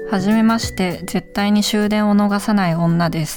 はじめまして、絶対に終電を逃さない女です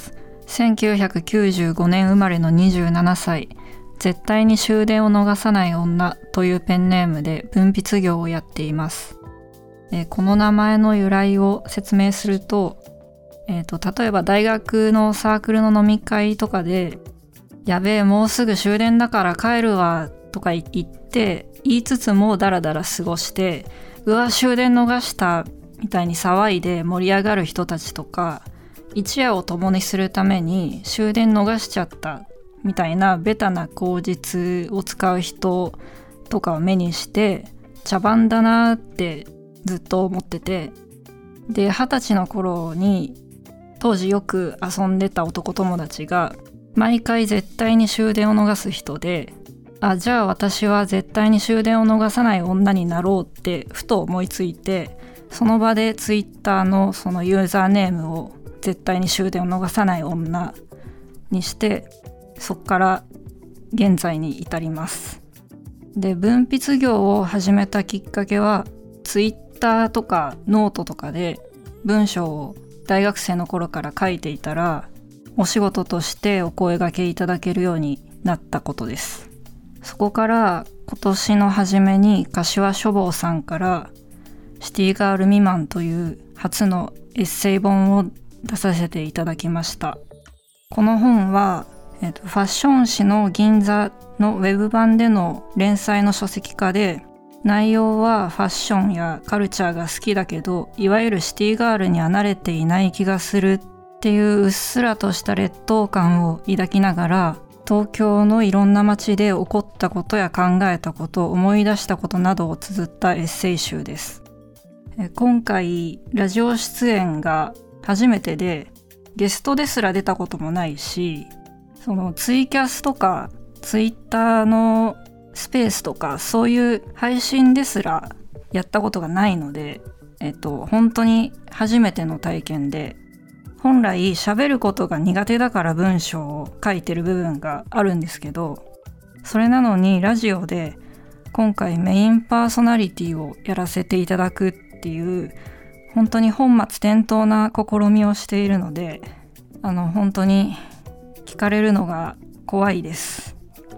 。1995年生まれの27歳、絶対に終電を逃さない女というペンネームで文筆業をやっています。この名前の由来を説明すると、例えば大学のサークルの飲み会とかで、やべえもうすぐ終電だから帰るわとか言いつつもダラダラ過ごして、うわ終電逃したみたいに騒いで盛り上がる人たちとか、一夜を共にするために終電逃しちゃったみたいなベタな口実を使う人とかを目にして茶番だなってずっと思ってて、で20歳の頃に当時よく遊んでた男友達が毎回絶対に終電を逃す人で、じゃあ私は絶対に終電を逃さない女になろうってふと思いついて、その場でツイッターのそのユーザーネームを絶対に終電を逃さない女にして、そっから現在に至ります。で、文筆業を始めたきっかけはツイッターとかノートとかで文章を大学生の頃から書いていたら、お仕事としてお声掛けいただけるようになったことです。そこから今年の初めに柏書房さんからシティガール未満という初のエッセイ本を出させていただきました。この本は、ファッション誌の銀座のウェブ版での連載の書籍化で、内容はファッションやカルチャーが好きだけど、いわゆるシティガールには慣れていない気がするっていううっすらとした劣等感を抱きながら、東京のいろんな街で起こったことや考えたこと、思い出したことなどを綴ったエッセイ集です。今回ラジオ出演が初めてで、ゲストですら出たこともないし、そのツイキャスとかツイッターのスペースとかそういう配信ですらやったことがないので、本当に初めての体験で、本来喋ることが苦手だから文章を書いてる部分があるんですけど、それなのにラジオで今回メインパーソナリティをやらせていただくっていう本当に本末転倒な試みをしているので、本当に聞かれるのが怖いです。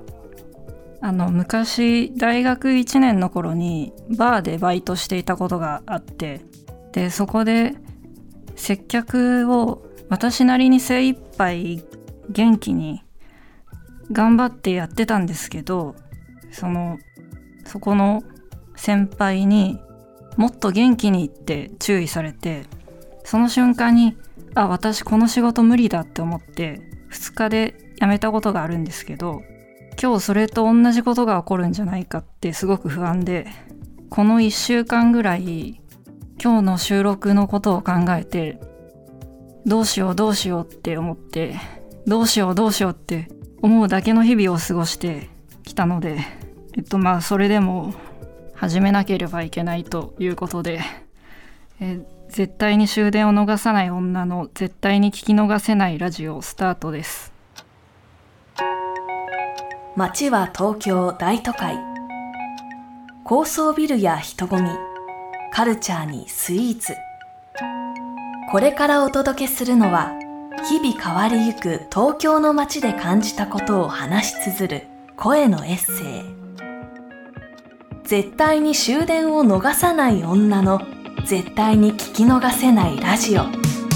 昔大学1年の頃にバーでバイトしていたことがあって、でそこで接客を私なりに精一杯元気に頑張ってやってたんですけど、そこの先輩にもっと元気にって注意されて、その瞬間に私この仕事無理だって思って2日で辞めたことがあるんですけど、今日それと同じことが起こるんじゃないかってすごく不安で、この1週間ぐらい今日の収録のことを考えて、どうしようって思って、どうしようって思うだけの日々を過ごしてきたので、それでも始めなければいけないということで、絶対に終電を逃さない女の絶対に聞き逃せないラジオスタートです。 街は東京大都会。高層ビルや人混み、カルチャーにスイーツ。これからお届けするのは、日々変わりゆく東京の街で感じたことを話し綴る声のエッセイ。絶対に終電を逃さない女の絶対に聞き逃せないラジオ。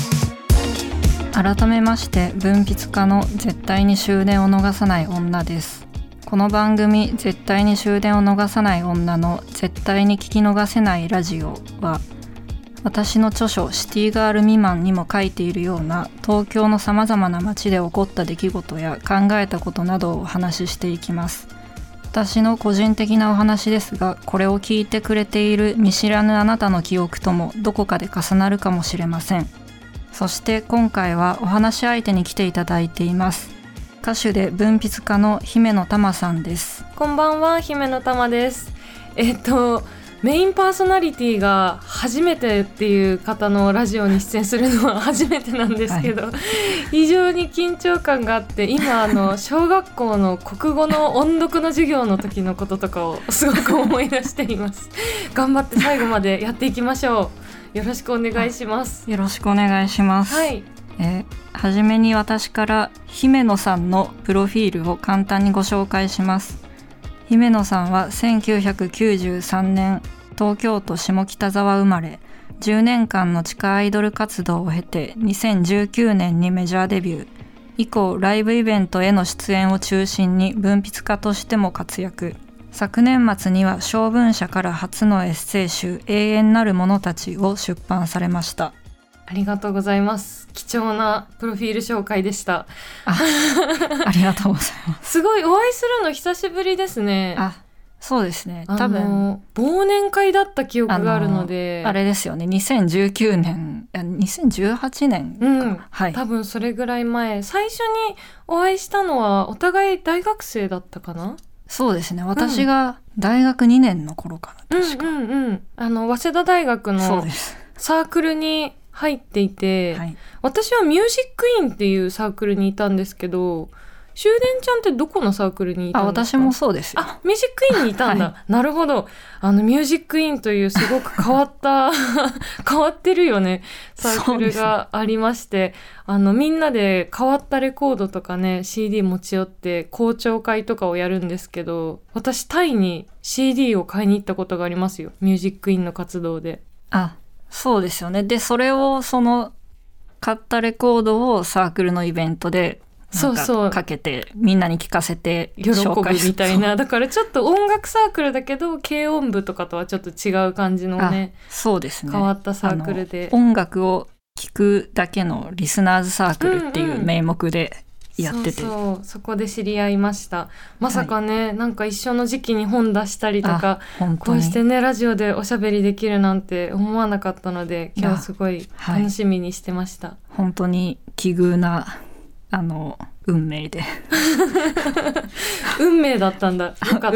改めまして文筆家の絶対に終電を逃さない女です。この番組絶対に終電を逃さない女の絶対に聞き逃せないラジオは、私の著書シティガール未満にも書いているような東京のさまざまな街で起こった出来事や考えたことなどをお話ししていきます。私の個人的なお話ですが、これを聞いてくれている見知らぬあなたの記憶ともどこかで重なるかもしれません。そして今回はお話し相手に来ていただいています。歌手で文筆家の姫野玉さんです。 こんばんは、姫野玉です。メインパーソナリティが初めてっていう方のラジオに出演するのは初めてなんですけど、はい、非常に緊張感があって、今小学校の国語の音読の授業の時のこととかをすごく思い出しています。頑張って最後までやっていきましょう。 よろしくお願いします。 よろしくお願いします。 はい。 はじめに私から姫野さんのプロフィールを簡単にご紹介します。姫野さんは1993年東京都下北沢生まれ、10年間の地下アイドル活動を経て2019年にメジャーデビュー。以降ライブイベントへの出演を中心に文筆家としても活躍。昨年末には小文社から初のエッセイ集永遠なる者たちを出版されました。 ありがとうございます。貴重なプロフィール紹介でした。 ありがとうございます。 すごいお会いするの久しぶりですね。 そうですね。多分忘年会だった記憶があるので、 あれですよね。2019年、2018年か、はい。 多分それぐらい前。最初にお会いしたのはお互い大学生だったかな。 そうですね。私が大学2年の頃かな、確か。 早稲田大学のサークルに入っていて、私はミュージックインっていうサークルにいたんですけど、終電ちゃんってどこのサークルにいたんですか？ 私もそうですよ。 ミュージックインにいたんだ。なるほど。ミュージックインというすごく変わった変わってるよねサークルがありまして、みんなで変わったレコードとかね CD 持ち寄って公聴会とかをやるんですけど、私タイに CD を買いに行ったことがありますよ、ミュージックインの活動で。 そうですよね。でそれを買ったレコードをサークルのイベントでかけてみんなに聞かせて喜ぶみたいな。だからちょっと音楽サークルだけど軽音部とかとはちょっと違う感じのね。 そうですね。 変わったサークルで音楽を聴くだけのリスナーズサークルっていう名目でやってて、 そこで知り合いました。まさかね、なんか一緒の時期に本出したりとかこうしてねラジオでおしゃべりできるなんて思わなかったので、今日すごい楽しみにしてました。 本当に奇遇な運命で運命だったんだ。よかった。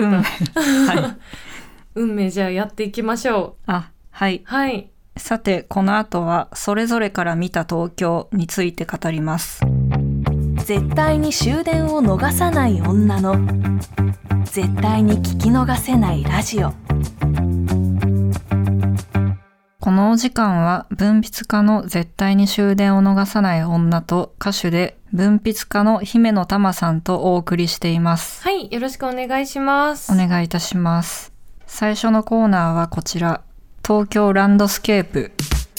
運命じゃあやっていきましょう。 はい。さてこの後はそれぞれから見た東京について語ります。 絶対に終電を逃さない女の絶対に聞き逃せないラジオ。 このお時間は文筆家の絶対に終電を逃さない女と歌手で文筆家の姫野玉さんとお送りしています。 はい、よろしくお願いします。 お願いいたします。最初のコーナーはこちら、東京ランドスケープ。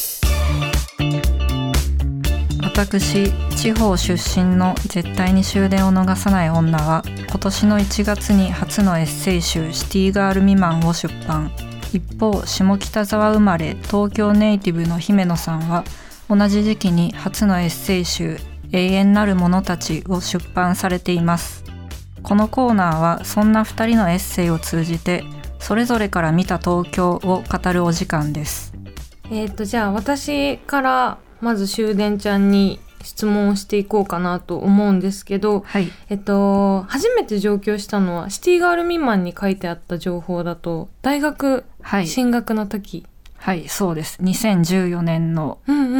私、地方出身の絶対に終電を逃さない女は今年の1月に初のエッセイ集シティガール未満を出版。一方、下北沢生まれ東京ネイティブの姫野さんは同じ時期に初のエッセイ集永遠なる者たちを出版されています。このコーナーはそんな2人のエッセイを通じてそれぞれから見た東京を語るお時間です。 じゃあ私からまず終電ちゃんに質問をしていこうかなと思うんですけど、初めて上京したのはシティガール未満に書いてあった情報だと大学進学の時。 そうです。2014年の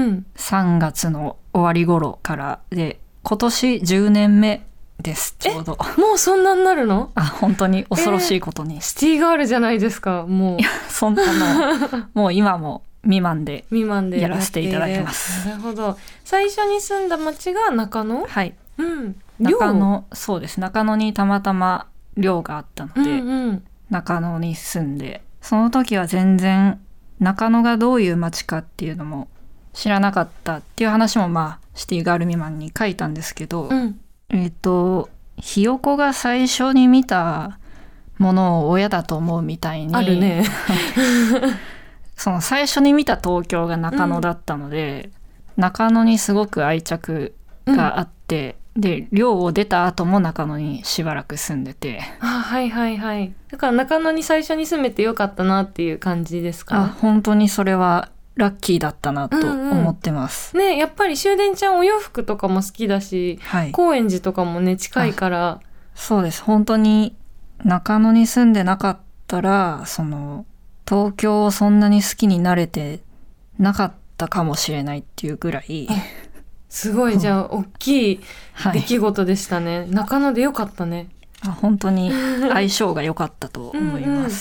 3月の終わり頃からで、今年10年目です。ちょうど。 もうそんなになるの？ 本当に恐ろしいことに。 シティガールじゃないですか。もうそんなもう今も未満でやらせていただきます。 なるほど。最初に住んだ町が中野？ 中野、そうです。中野にたまたま寮があったので、中野に住んで、その時は全然中野がどういう町かっていうのも知らなかったっていう話もシティガール未満に書いたんですけど、ひよこが最初に見たものを親だと思うみたいにあるねその最初に見た東京が中野だったので、中野にすごく愛着があって、で寮を出た後も中野にしばらく住んでて、 だから中野に最初に住めてよかったなっていう感じですか？ 本当にそれはラッキーだったなと思ってます。 ね、やっぱり終電ちゃんお洋服とかも好きだし、高円寺とかもね近いから。 そうです。本当に中野に住んでなかったら東京をそんなに好きになれてなかったかもしれないっていうぐらいすごい。じゃあ大きい出来事でしたね。中野でよかったね。 本当に相性が良かったと思います。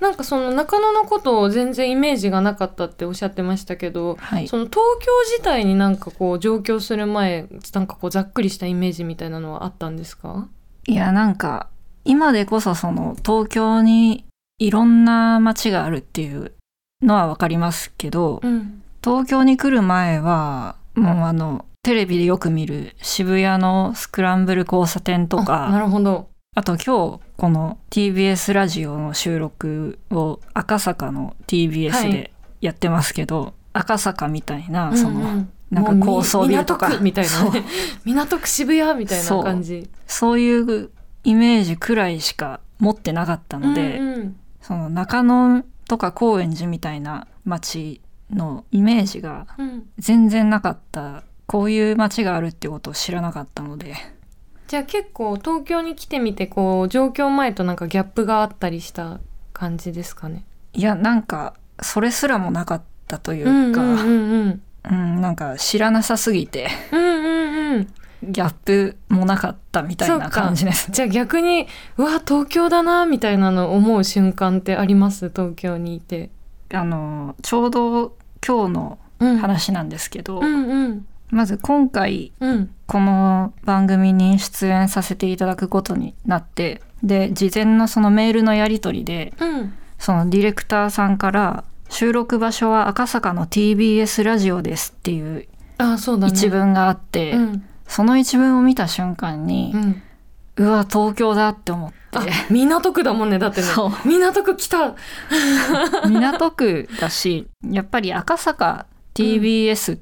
なんかその中野のことを全然イメージがなかったっておっしゃってましたけど、 はい、 その東京自体になんかこう上京する前なんかこうざっくりしたイメージみたいなのはあったんですか？ いやなんか今でこそその東京にいろんな街があるっていうのはわかりますけど、 うん、 東京に来る前はもうテレビでよく見る渋谷のスクランブル交差点とか、 なるほど。 あと今日この TBS ラジオの収録を赤坂の TBS でやってますけど、赤坂みたいなその、なんか高層ビルとか港区みたいなね港区渋谷みたいな感じ、 そういうイメージくらいしか持ってなかったので、その中野とか高円寺みたいな街のイメージが全然なかった、こういう街があるってことを知らなかったので。 じゃあ結構東京に来てみてこう上京前となんかギャップがあったりした感じですかね？ いやなんかそれすらもなかったというか、なんか知らなさすぎて、ギャップもなかったみたいな感じです。 じゃあ逆にうわ東京だなみたいなの思う瞬間ってあります？東京にいて。 ちょうど今日の話なんですけど、まず今回、この番組に出演させていただくことになって、で事前のそのメールのやり取りで、そのディレクターさんから収録場所は赤坂の TBS ラジオですっていう一文があって、その一文を見た瞬間に、うわ東京だって思って。 港区だもんね、だってね。港区来た港区だし、やっぱり赤坂 TBS って、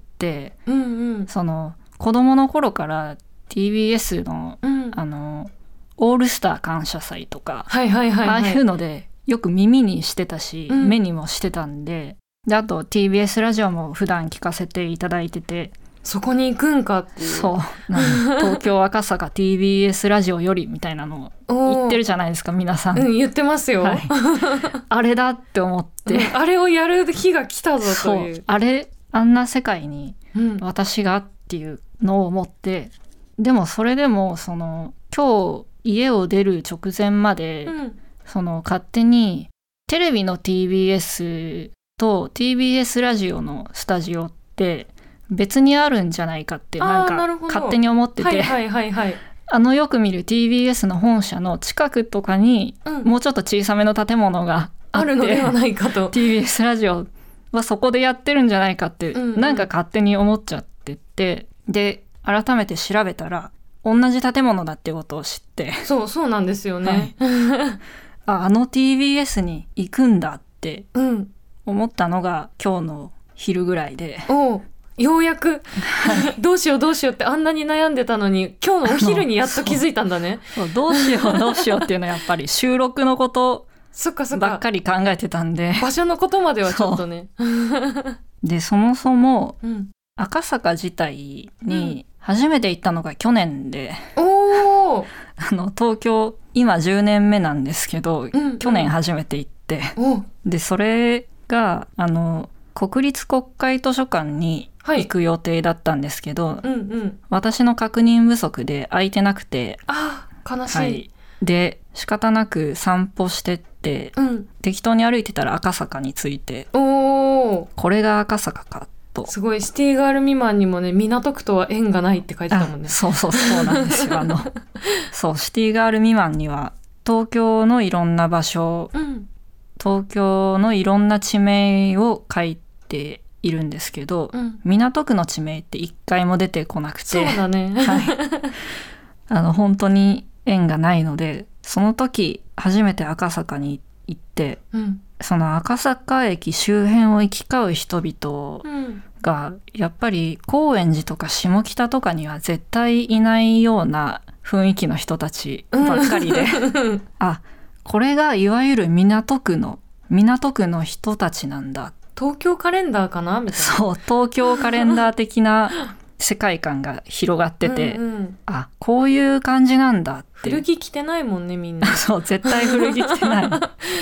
その子供の頃から TBS の、オールスター感謝祭とか、ああいうのでよく耳にしてたし、目にもしてたんで、あと TBS ラジオも普段聞かせていただいてて、 そこに行くんかっていう。 そう東京赤坂 TBS ラジオよりみたいなのを言ってるじゃないですか皆さん。 言ってますよ、 あれだって思って、 あれをやる日が来たぞという。 あんな世界に私がっていうのを思って、でもそれでもその今日家を出る直前まで、その勝手にテレビの TBS と TBS ラジオのスタジオって別にあるんじゃないかってなんか勝手に思ってて、よく見る TBS の本社の近くとかにもうちょっと小さめの建物があって、 あるのではないかと TBS ラジオはそこでやってるんじゃないかって、なんか勝手に思っちゃってて、で改めて調べたら同じ建物だってことを知って、 そうなんですよね、 TBS に行くんだって思ったのが今日の昼ぐらいで、 ようやくどうしようってあんなに悩んでたのに今日のお昼にやっと気づいたんだね。 どうしようっていうのはやっぱり収録のことばっかり考えてたんで、 場所のことまではちょっとねでそもそも、赤坂自体に初めて行ったのが去年で、東京今10年目なんですけど、去年初めて行って、でそれが国立国会図書館に行く予定だったんですけど、私の確認不足で空いてなくて、 悲しい、 で仕方なく散歩してって、適当に歩いてたら赤坂に着いて、これが赤坂かと。 すごい、シティガール未満にもね、港区とは縁がないって書いてたもんね。 そうなんですよそう、シティガール未満には東京のいろんな場所、東京のいろんな地名を書いているんですけど、港区の地名って一回も出てこなくて、 そうだね、 本当に縁がないので、その時初めて赤坂に行って、その赤坂駅周辺を行き交う人々が、やっぱり高円寺とか下北とかには絶対いないような雰囲気の人たちばっかりで、これがいわゆる港区の人たちなんだ。 東京カレンダーかなみたいな。 そう、東京カレンダー的な世界観が広がってて、こういう感じなんだって。 古着着てないもんねみんな。 そう、絶対古着着てない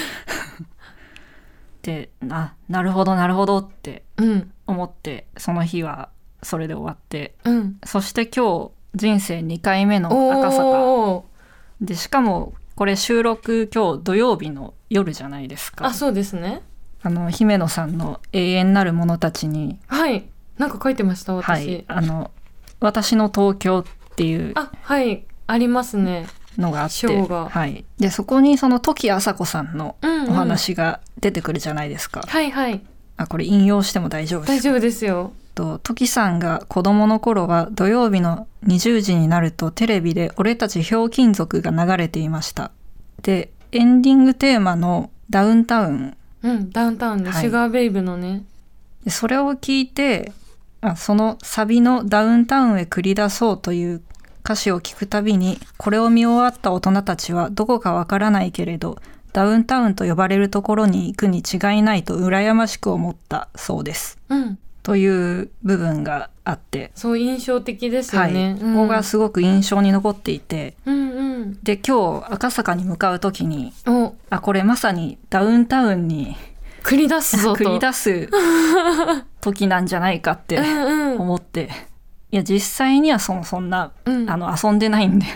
で、なるほどって思って、その日はそれで終わって、そして今日人生2回目の赤坂で、しかもこれ収録今日土曜日の夜じゃないですか。 あ、そうですね。 姫野さんの永遠なる者たちに、 はい、なんか書いてました私。 はい、私の東京っていうはい、ありますね。 のがあって、 章が、 はい、でそこにその時あさこさんのお話が出てくるじゃないですか。 はいはい。 これ引用しても大丈夫ですか？ 大丈夫ですよ。 時さんが子供の頃は土曜日の20時になるとテレビで俺たちひょうきん族が流れていました。でエンディングテーマのダウンタウン、 ダウンタウンで、シュガーベイブのね。 でそれを聞いて、そのサビのダウンタウンへ繰り出そうという歌詞を聞くたびに、これを見終わった大人たちはどこかわからないけれどダウンタウンと呼ばれるところに行くに違いないと羨ましく思ったそうです、という部分があって、 そう印象的ですよね、 ここがすごく印象に残っていて、で今日赤坂に向かう時にこれまさにダウンタウンに繰り出すぞと繰り出す時なんじゃないかって思っていや実際にはそんな、遊んでないんで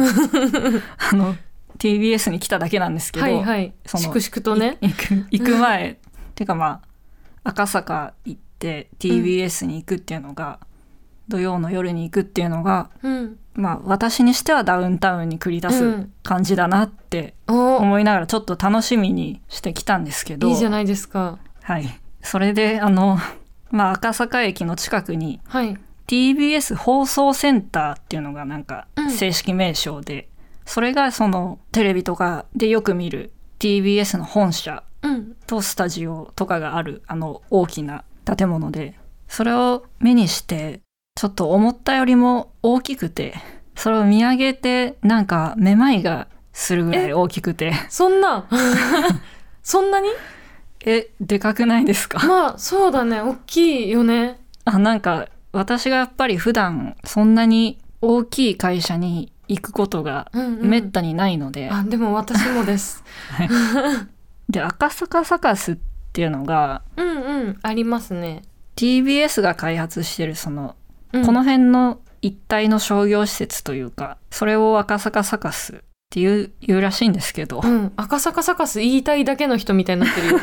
TBS に来ただけなんですけど、 はいはい、粛々とね行く前てか赤坂行って TBS に行くっていうのが、土曜の夜に行くっていうのが、私にしてはダウンタウンに繰り出す感じだなって思いながらちょっと楽しみにしてきたんですけど、 いいじゃないですか。 はい、それで赤坂駅の近くに、TBS 放送センターっていうのがなんか正式名称で、それがそのテレビとかでよく見る TBS の本社とスタジオとかがある大きな建物で、それを目にしてちょっと思ったよりも大きくて、それを見上げてなんかめまいがするぐらい大きくて、 そんなそんなにでかくないですか？ そうだね、大きいよね。 なんか私がやっぱり普段そんなに大きい会社に行くことがめったにないので、 でも私もですで赤坂サカスっていうのが、 ありますね。 TBS が開発してるこの辺の一帯の商業施設というか、それを赤坂サカスっていうらしいんですけど、 赤坂サカス言いたいだけの人みたいになってるよ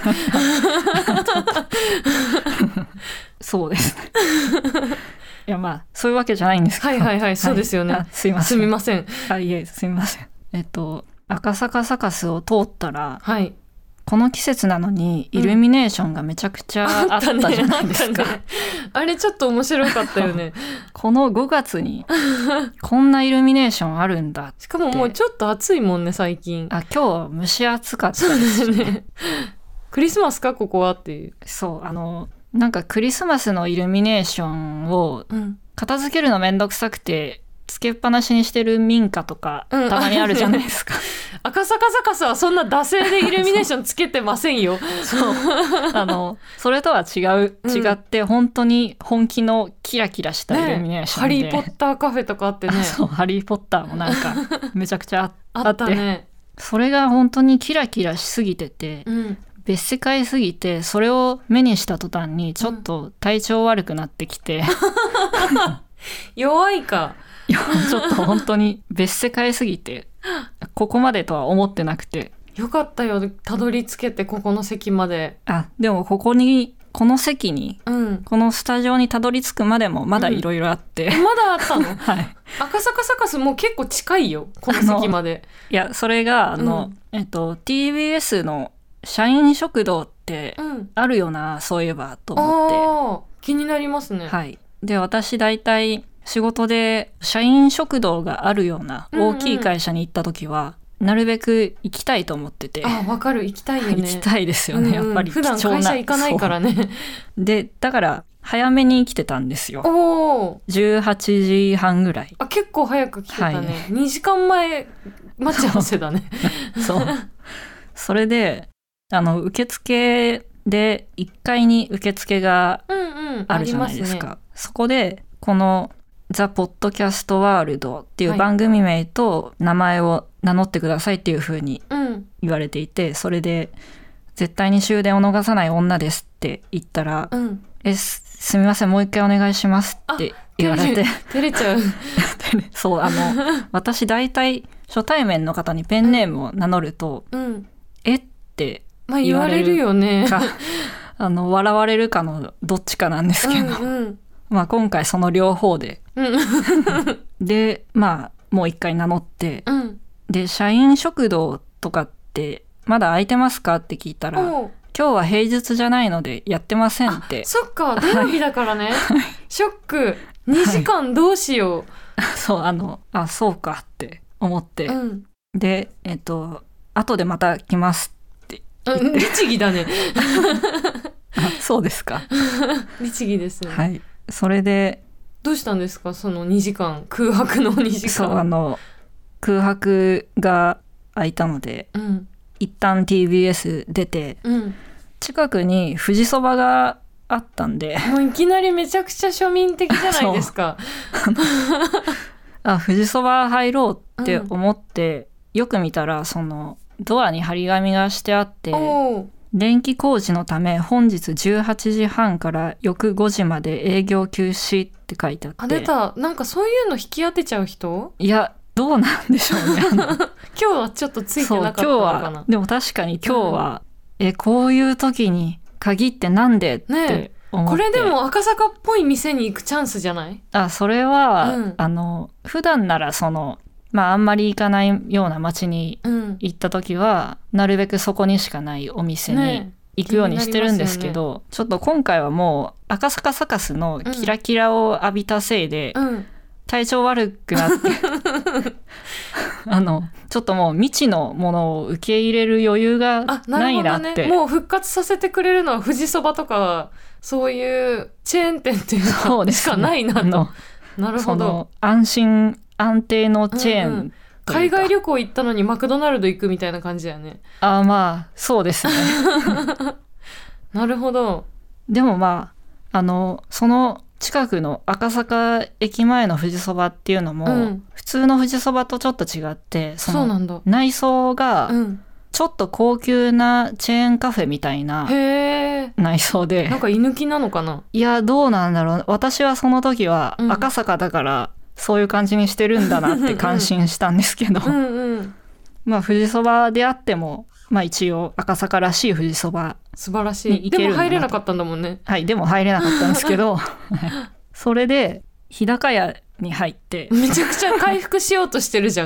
そうですねいやそういうわけじゃないんですけど、 はいそうですよね、 すいません、 すみません。 いえすみません。赤坂サカスを通ったら、この季節なのにイルミネーションがめちゃくちゃあったじゃないですか、 あれちょっと面白かったよねこの5月にこんなイルミネーションあるんだって。 しかももうちょっと暑いもんね最近。 今日蒸し暑かったですねクリスマスかここはっていう。 そうなんかクリスマスのイルミネーションを片付けるのめんどくさくてつけっぱなしにしてる民家とかたまにあるじゃないですか赤坂サカスはそんな惰性でイルミネーションつけてませんよそうそれとは違って本当に本気のキラキラしたイルミネーションで、 ハリーポッターカフェとかあってねそうハリーポッターもなんかめちゃくちゃあったねそれが本当にキラキラしすぎてて、別世界すぎて、それを目にした途端にちょっと体調悪くなってきて、 弱いか。 いやちょっと本当に別世界すぎてここまでとは思ってなくて。 よかったよ、たどり着けてここの席まで。 でもこの席に、このスタジオにたどり着くまでもまだいろいろあって、 まだあったのはい赤坂サカスもう結構近いよこの席まで。 いやそれがTBS の社員食堂ってあるよな、そういえばと思って。 気になりますね。 はい。で私大体仕事で社員食堂があるような大きい会社に行った時は、なるべく行きたいと思ってて。 わかる、行きたいよね。 行きたいですよね、やっぱり普段会社行かないからね。 でだから早めに来てたんですよ。18時半ぐらい。 結構早く来てたね、2時間前待ち合わせだねそうそれで受付で1階に受付があるじゃないですか、そこでこのザ・ポッドキャストワールドっていう番組名と名前を名乗ってくださいっていう風に言われていて、それで絶対に終電を逃さない女ですって言ったら、 すみませんもう一回お願いしますって言われて照れちゃうそう私大体初対面の方にペンネームを名乗ると、って言われるよね笑われるかのどっちかなんですけど、今回その両方で、でもう一回名乗って、で社員食堂とかってまだ空いてますかって聞いたら、今日は平日じゃないのでやってませんって。 そっか土曜日だからね、ショック2時間どうしよう、 そうそうかって思って、で後でまた来ますって言って、 律儀だねそうですか律儀ですね。 はい、それでどうしたんですかその2時間、空白の2時間。 そう空白が空いたので、一旦 TBS 出て、近くに富士そばがあったんで、 もういきなりめちゃくちゃ庶民的じゃないですか富士そば入ろうって思って、よく見たらそのドアに張り紙がしてあって、電気工事のため本日18時半から翌5時まで営業休止って書いてあって。 出た。なんかそういうの引き当てちゃう人？ いやどうなんでしょうね今日はちょっとついてなかったのかな。 でも確かに今日は、こういう時に限ってなんでって思って、 これでも赤坂っぽい店に行くチャンスじゃない？ それは、普段ならあんまり行かないような街に行った時は、なるべくそこにしかないお店に行くようにしてるんですけど、ちょっと今回はもう赤坂サカスのキラキラを浴びたせいで、体調悪くなってちょっともう未知のものを受け入れる余裕がないなって。 なるほどね、もう復活させてくれるのは富士そばとかそういうチェーン店っていうかしかないなと。なるほど。 安心安定のチェーン、 海外旅行行ったのにマクドナルド行くみたいな感じだよね。 そうですねなるほど。 でもその近くの赤坂駅前の富士そばっていうのも、普通の富士そばとちょっと違って、 そうなんだ。 内装がちょっと高級なチェーンカフェみたいな内装で、 なんか居抜きなのかな。 いやどうなんだろう。私はその時は赤坂だからそういう感じにしてるんだなって感心したんですけど富士そばであっても一応赤坂らしい富士そば、 素晴らしい。でも入れなかったんだもんね。 はい、でも入れなかったんですけどそれで日高屋に入って、 めちゃくちゃ回復しようとしてるじゃん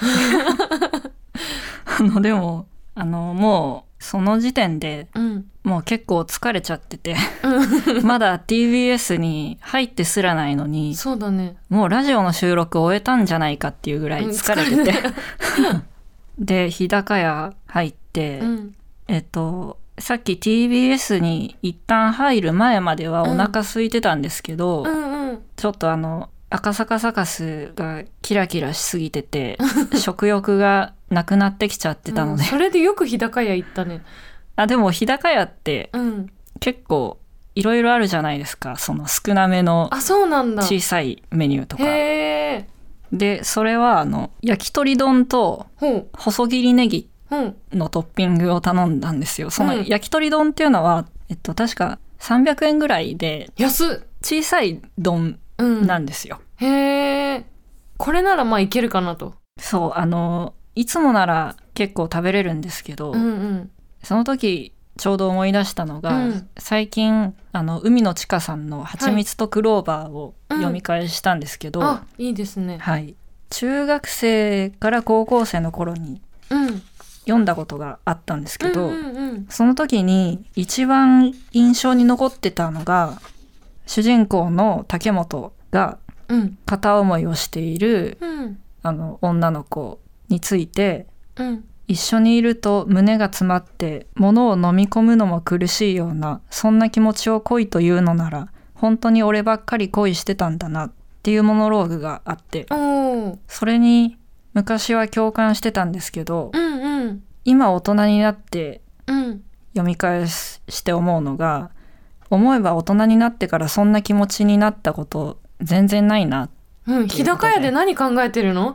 でももうその時点で、もう結構疲れちゃっててまだ TBS に入ってすらないのに、 そうだね、 もうラジオの収録終えたんじゃないかっていうぐらい疲れてて、で日高屋入って、さっき TBS に一旦入る前まではお腹空いてたんですけど、ちょっと赤坂サカスがキラキラしすぎてて食欲がなくなってきちゃってたので、 それでよく日高屋行ったね。 でも日高屋って結構いろいろあるじゃないですか。その少なめの小さいメニューとか。でそれは焼き鳥丼と細切りネギのトッピングを頼んだんですよ。その焼き鳥丼っていうのは、確か300円ぐらいで小さい丼なんですよ。 へー、これならいけるかなと。 そういつもなら結構食べれるんですけど、その時ちょうど思い出したのが、最近海野千佳さんの蜂蜜とクローバーを読み返したんですけど、 いいですね。 はい、中学生から高校生の頃に読んだことがあったんですけど、その時に一番印象に残ってたのが、主人公の竹本が片思いをしている、女の子について、一緒にいると胸が詰まって物を飲み込むのも苦しいような、そんな気持ちを恋というのなら本当に俺ばっかり恋してたんだなっていうモノローグがあって、それに昔は共感してたんですけど、今大人になって読み返して思うのが、思えば大人になってからそんな気持ちになったこと全然ないなっていうことで。 日高屋で何考えてるの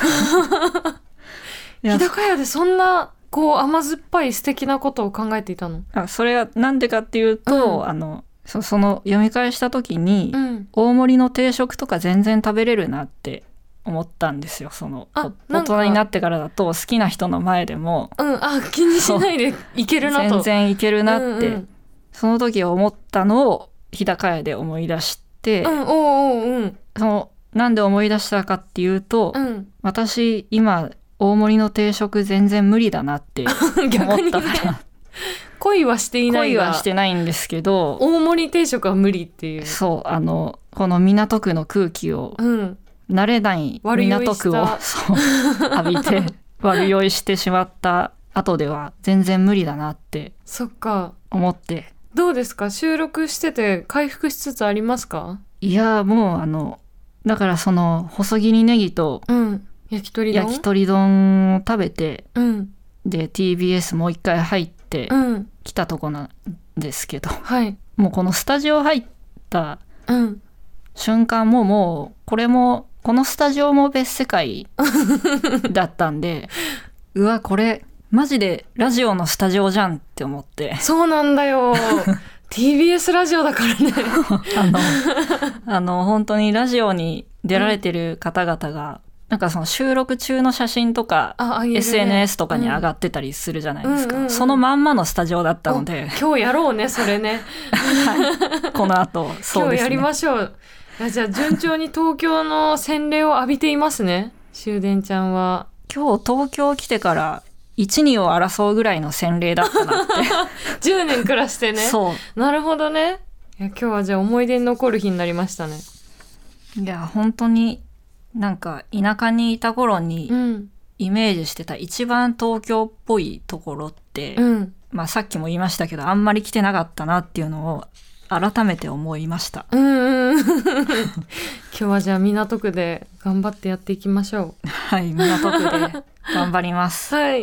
日高屋でそんな甘酸っぱい素敵なことを考えていたの？ それはなんでかっていうと、 その読み返した時に、大盛りの定食とか全然食べれるなって思ったんですよ。大人になってからだと好きな人の前でも、 気にしないでいけるなと全然いけるなって、その時思ったのを日高屋で思い出して、なんで思い出したかっていうと、私今大盛りの定食全然無理だなって思ったから恋はしていないが恋はしてないんですけど、 大盛り定食は無理っていう。 そうこの港区の空気を、慣れない港区を浴びて悪酔いしてしまった後では全然無理だなって思って。 どうですか、収録してて回復しつつありますか？ いやもうだからその細切りネギと焼き鳥丼を食べて、で TBS もう一回入って来たとこなんですけど、もうこのスタジオ入った瞬間もうこのスタジオも別世界だったんでうわこれマジでラジオのスタジオじゃんって思って。 そうなんだよTBS ラジオだからね本当にラジオに出られてる方々が、なんかその収録中の写真とか、SNS とかに上がってたりするじゃないですか、そのまんまのスタジオだったので今日やろうねそれねこの後そうですね、 今日やりましょう。じゃあ順調に東京の洗礼を浴びていますね終電ちゃんは。 今日東京来てから1、2を争うぐらいの洗礼だったなって 10年暮らしてねそうなるほどね。いや今日はじゃあ思い出に残る日になりましたね。 いや本当になんか田舎にいた頃にイメージしてた一番東京っぽいところって、さっきも言いましたけどあんまり来てなかったなっていうのを改めて思いました。 今日はじゃあ港区で頑張ってやっていきましょう。 はい港区で頑張りますはい。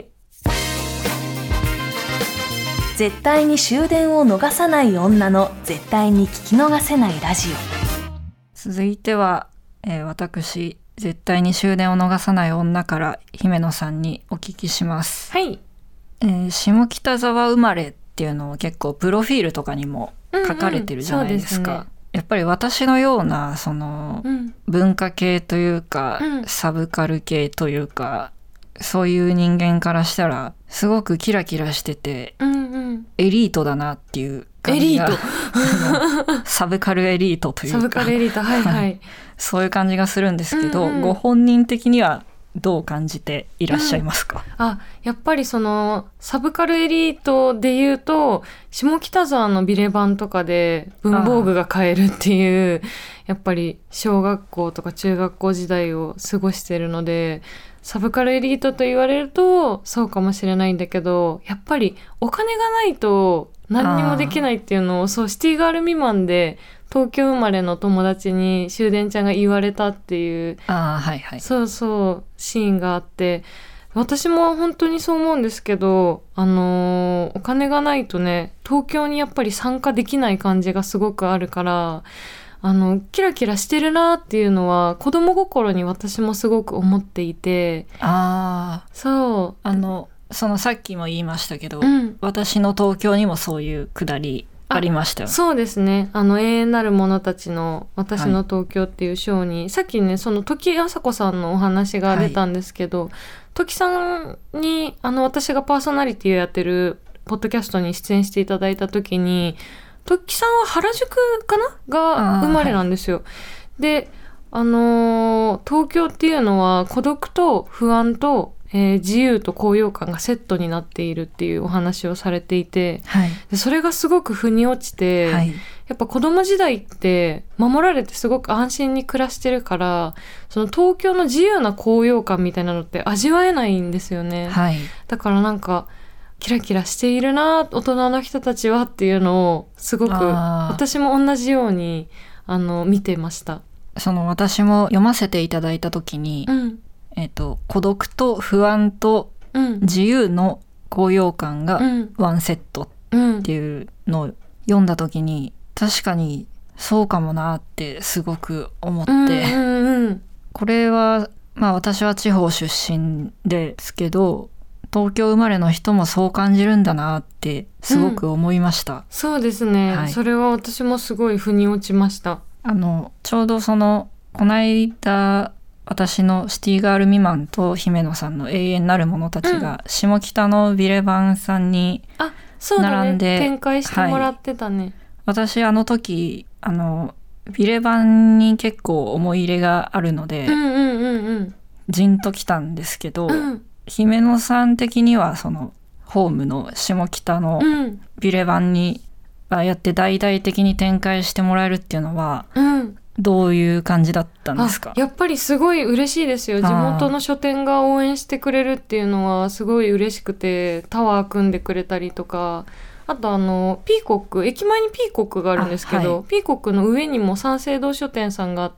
絶対に終電を逃さない女の絶対に聞き逃せないラジオ。 続いては、私絶対に終電を逃さない女から姫野さんにお聞きします。 はい。 下北沢生まれっていうのを結構プロフィールとかにも書かれてるじゃないですか。そうですね。やっぱり私のようなその文化系というか、サブカル系というかそういう人間からしたらすごくキラキラしてて、エリートだなっていう感じが。エリートサブカルエリートというかサブカルエリートはいそういう感じがするんですけど、ご本人的にはどう感じていらっしゃいますか？ やっぱりそのサブカルエリートで言うと下北沢のビレバンとかで文房具が買えるっていう、やっぱり小学校とか中学校時代を過ごしてるので、サブカルエリートと言われるとそうかもしれないんだけど、やっぱりお金がないと何にもできないっていうのをシティガール未満で東京生まれの友達に終電ちゃんが言われたっていうそうシーンがあって、私も本当にそう思うんですけど、お金がないとね東京にやっぱり参加できない感じがすごくあるから、キラキラしてるなっていうのは子供心に私もすごく思っていて、 そのさっきも言いましたけど、私の東京にもそういうくだりありましたよ。 そうですね。永遠なる者たちの私の東京っていう章に、さっきねその時あさこさんのお話が出たんですけど、時さんに私がパーソナリティをやってるポッドキャストに出演していただいた時に、時さんは原宿かなが生まれなんですよ。で東京っていうのは孤独と不安と自由と高揚感がセットになっているっていうお話をされていて、でそれがすごく腑に落ちて、やっぱ子供時代って守られてすごく安心に暮らしてるから、その東京の自由な高揚感みたいなのって味わえないんですよね。だからなんかキラキラしているな大人の人たちはっていうのをすごく私も同じように見てました。 私も読ませていただいた時に、孤独と不安と自由の高揚感がワンセットっていうのを読んだ時に、確かにそうかもなってすごく思って、これは私は地方出身ですけど、 東京生まれの人もそう感じるんだなってすごく思いました。 そうですね、 はい、 それは私もすごい腑に落ちました。 ちょうどこの間私のシティガール未満と姫野さんの永遠なる者たちが下北のビレバンさんに並んで、 展開してもらってたね。 私時ビレバンに結構思い入れがあるので、じんときたんですけど、姫野さん的にはそのホームの下北のビレバンにああやって大々的に展開してもらえるっていうのは、どういう感じだったんですか？ やっぱりすごい嬉しいですよ。地元の書店が応援してくれるっていうのはすごい嬉しくて、タワー組んでくれたりとか、あとピーコック、駅前にピーコックがあるんですけど、はい、ピーコックの上にも三省堂書店さんがあって、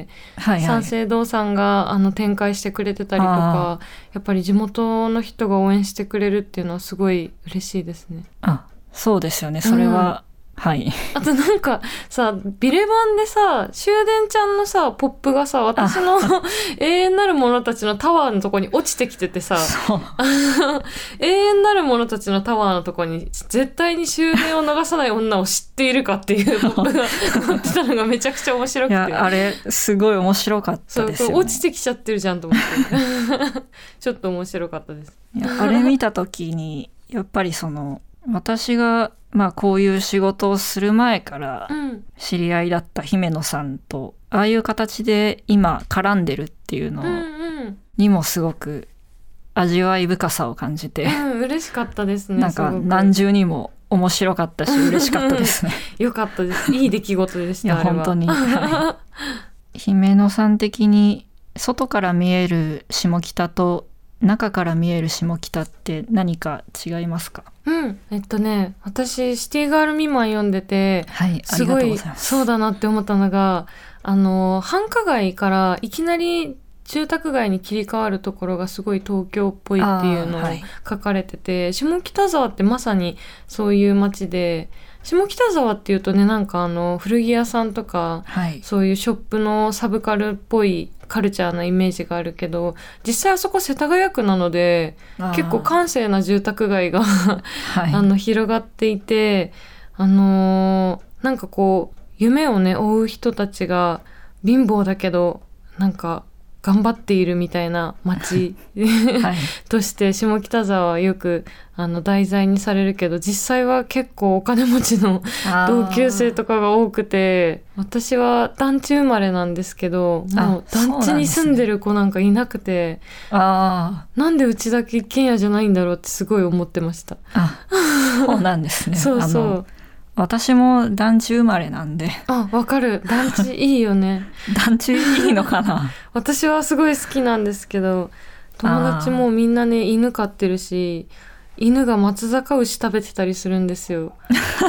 三省堂さんが展開してくれてたりとか、やっぱり地元の人が応援してくれるっていうのはすごい嬉しいですね。 そうですよね、それは、はい。あとなんかさ、ビレバンでさ、終電ちゃんのさポップがさ、私の永遠なる者たちのタワーのとこに落ちてきててさ、永遠なる者たちのタワーのとこに絶対に終電を逃さない女を知っているかっていうポップが載ってたのがめちゃくちゃ面白くて、 いやあれすごい面白かったですよね。 落ちてきちゃってるじゃんと思ってちょっと面白かったです。 いやあれ見た時にやっぱり私がこういう仕事をする前から知り合いだった姫野さんと、ああいう形で今絡んでるっていうのにもすごく味わい深さを感じて、 嬉しかったですね。 なんか何重にも面白かったし嬉しかったですねよかったです。いい出来事でした。 いや本当に、姫野さん的に外から見える下北と中から見える下北って何か違いますか？ 私シティガール未満読んでて、すごいそうだなって思ったのが、繁華街からいきなり住宅街に切り替わるところがすごい東京っぽいっていうのを書かれてて、下北沢ってまさにそういう街で、下北沢っていうとね、なんか古着屋さんとか、そういうショップのサブカルっぽいカルチャーなイメージがあるけど、実際あそこ世田谷区なので結構閑静な住宅街が広がっていて、なんかこう夢をね追う人たちが貧乏だけどなんか頑張っているみたいな街、として下北沢はよく題材にされるけど、実際は結構お金持ちの同級生とかが多くて、私は団地生まれなんですけど、もう団地に住んでる子なんかいなくて、なんでうちだけ一軒家じゃないんだろうってすごい思ってました。 そうなんですねそうそう、 私も団地生まれなんで。 わかる。団地いいよね団地いいのかな私はすごい好きなんですけど、友達もみんなね犬飼ってるし、犬が松阪牛食べてたりするんですよ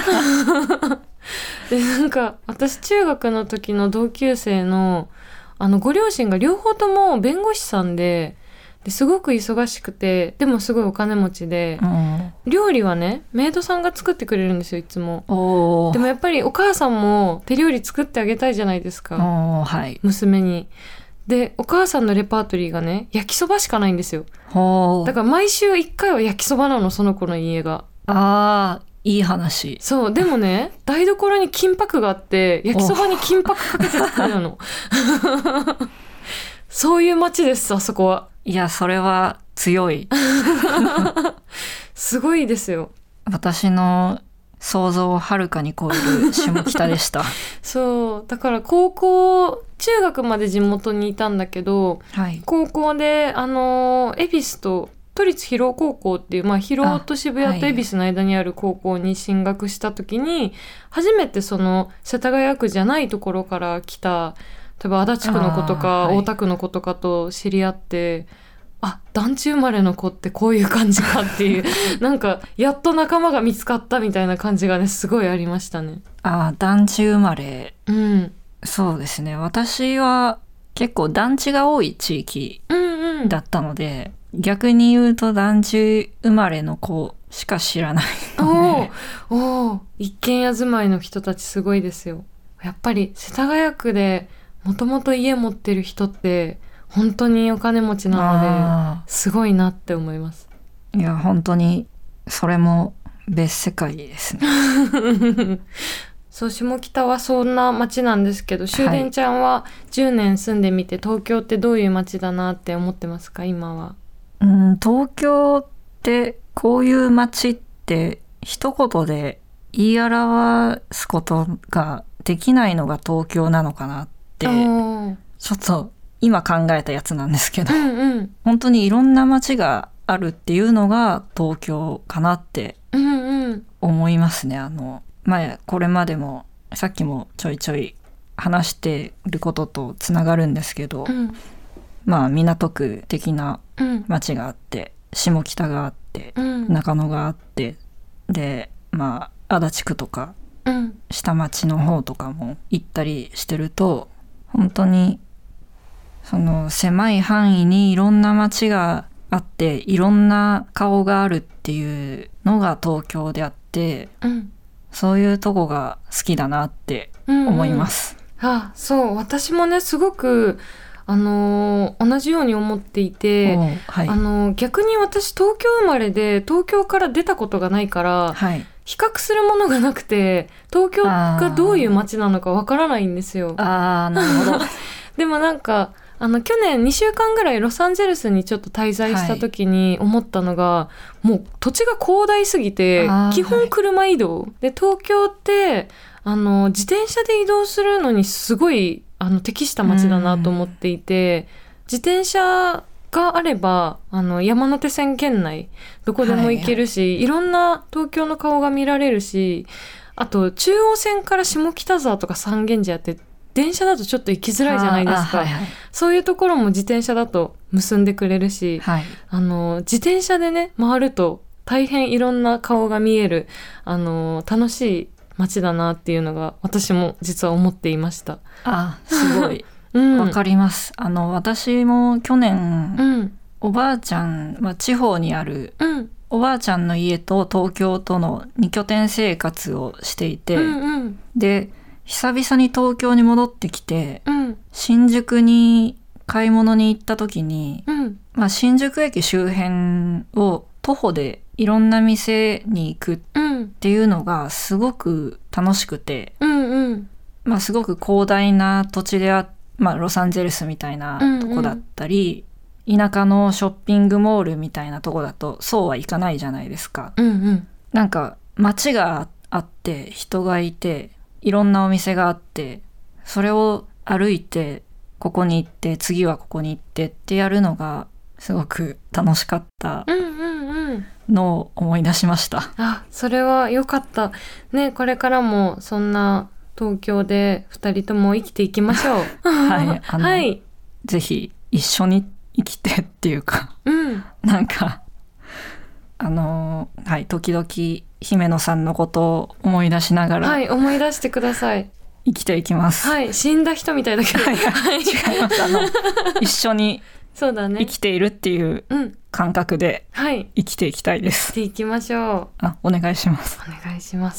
でなんか私中学の時の同級生のご両親が両方とも弁護士さんですごく忙しくて、でもすごいお金持ちで、料理はねメイドさんが作ってくれるんですよいつも。でもやっぱりお母さんも手料理作ってあげたいじゃないですか、娘に。でお母さんのレパートリーがね焼きそばしかないんですよ。だから毎週1回は焼きそばなの、その子の家が。 いい話。 そうでもね台所に金箔があって焼きそばに金箔かけて作るのそういう街ですあそこは。 いやそれは強いすごいですよ。 私の想像をはるかに超える下北でしたそうだから中学まで地元にいたんだけど、高校で恵比寿と都立広尾高校っていう、広尾と渋谷と恵比寿の間にある高校に進学した時に、初めてその世田谷区じゃないところから来た、例えば足立区の子とか大田区の子とかと知り合って、団地生まれの子ってこういう感じかっていうなんかやっと仲間が見つかったみたいな感じがねすごいありましたね。 団地生まれ、そうですね。私は結構団地が多い地域だったので、逆に言うと団地生まれの子しか知らないので一軒家住まいの人たちすごいですよ。やっぱり世田谷区でもともと家持ってる人って本当にお金持ちなのですごいなって思います。 いや本当にそれも別世界ですね。 そう、下北はそんな街なんですけど、しゅうでんちゃんは10年住んでみて、東京ってどういう街だなって思ってますか今は。 東京ってこういう街って一言で言い表すことができないのが東京なのかなってちょっと今考えたやつなんですけど、本当にいろんな街があるっていうのが東京かなって思いますね。これまでもさっきもちょいちょい話してることとつながるんですけど、港区的な街があって、下北があって、中野があって、で足立区とか、下町の方とかも行ったりしてると、本当にその狭い範囲にいろんな街があっていろんな顔があるっていうのが東京であって、そういうとこが好きだなって思います。 そう、私もねすごく同じように思っていて、逆に私東京生まれで東京から出たことがないから、比較するものがなくて東京がどういう街なのかわからないんですよ。 なるほど。 でもなんか去年2週間ぐらいロサンゼルスにちょっと滞在した時に思ったのが、もう土地が広大すぎて基本車移動、で東京って自転車で移動するのにすごい適した街だなと思っていて、自転車があれば山手線圏内どこでも行けるし、いろんな東京の顔が見られるし、あと中央線から下北沢とか三軒茶屋って電車だとちょっと行きづらいじゃないですか。そういうところも自転車だと結んでくれるし、自転車でね回ると大変いろんな顔が見える楽しい街だなっていうのが私も実は思っていました。 すごいわかります。私も去年、おばあちゃん、地方にある、おばあちゃんの家と東京との2拠点生活をしていて、で久々に東京に戻ってきて、新宿に買い物に行った時に、新宿駅周辺を徒歩でいろんな店に行くっていうのがすごく楽しくて、すごく広大な土地でロサンゼルスみたいなとこだったり、田舎のショッピングモールみたいなとこだとそうはいかないじゃないですか。なんか街があって人がいていろんなお店があって、それを歩いてここに行って次はここに行ってってやるのがすごく楽しかったのを思い出しました。 それは良かったね。これからもそんな東京で2人とも生きていきましょう。 ぜひ一緒に生きてっていうか、なんか時々姫野さんのことを思い出しながら、 思い出してください。 生きていきます。 死んだ人みたいだけど、違います。一緒に生きているっていう感覚で生きていきたいです。 生きていきましょう。お願いします。 お願いします。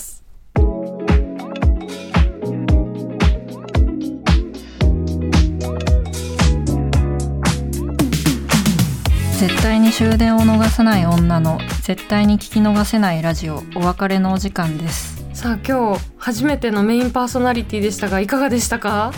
絶対に終電を逃さない女の絶対に聞き逃せないラジオ、お別れのお時間です。 さあ今日初めてのメインパーソナリティでしたがいかがでしたか？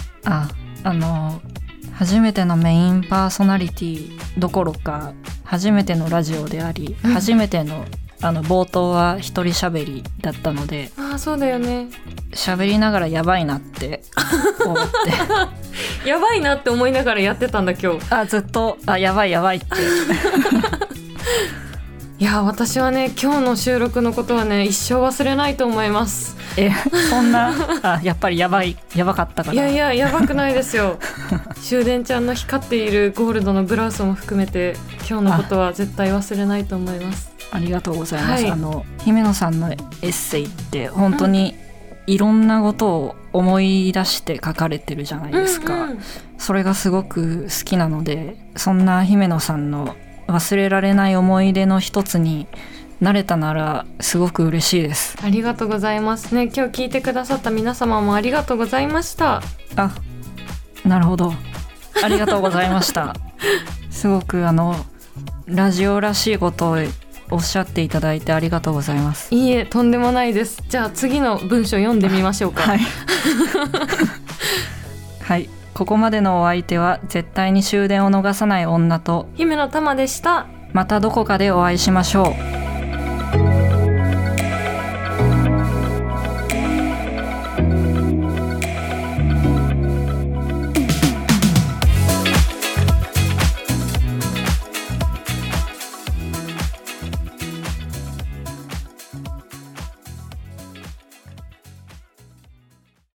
初めてのメインパーソナリティどころか初めてのラジオであり、初めての冒頭は一人喋りだったので、 そうだよね。 喋りながらやばいなって思ってやばいなって思いながらやってたんだ今日。 ずっとやばいっていや私はね今日の収録のことはね一生忘れないと思います。 そんなやっぱりやばかったから。 いややばくないですよ。終電ちゃんの光っているゴールドのブラウスも含めて今日のことは絶対忘れないと思います。 ありがとうございます。姫野さんのエッセイって本当にいろんなことを思い出して書かれてるじゃないですか。それがすごく好きなので、そんな姫野さんの忘れられない思い出の一つになれたならすごく嬉しいです。 ありがとうございますね。今日聞いてくださった皆様もありがとうございました。 なるほど、ありがとうございました。すごくラジオらしいことをおっしゃっていただいてありがとうございます。 いいえ、とんでもないです。じゃあ次の文章読んでみましょうか。 はいはい、ここまでのお相手は絶対に終電を逃さない女と姫の玉でした。 またどこかでお会いしましょう。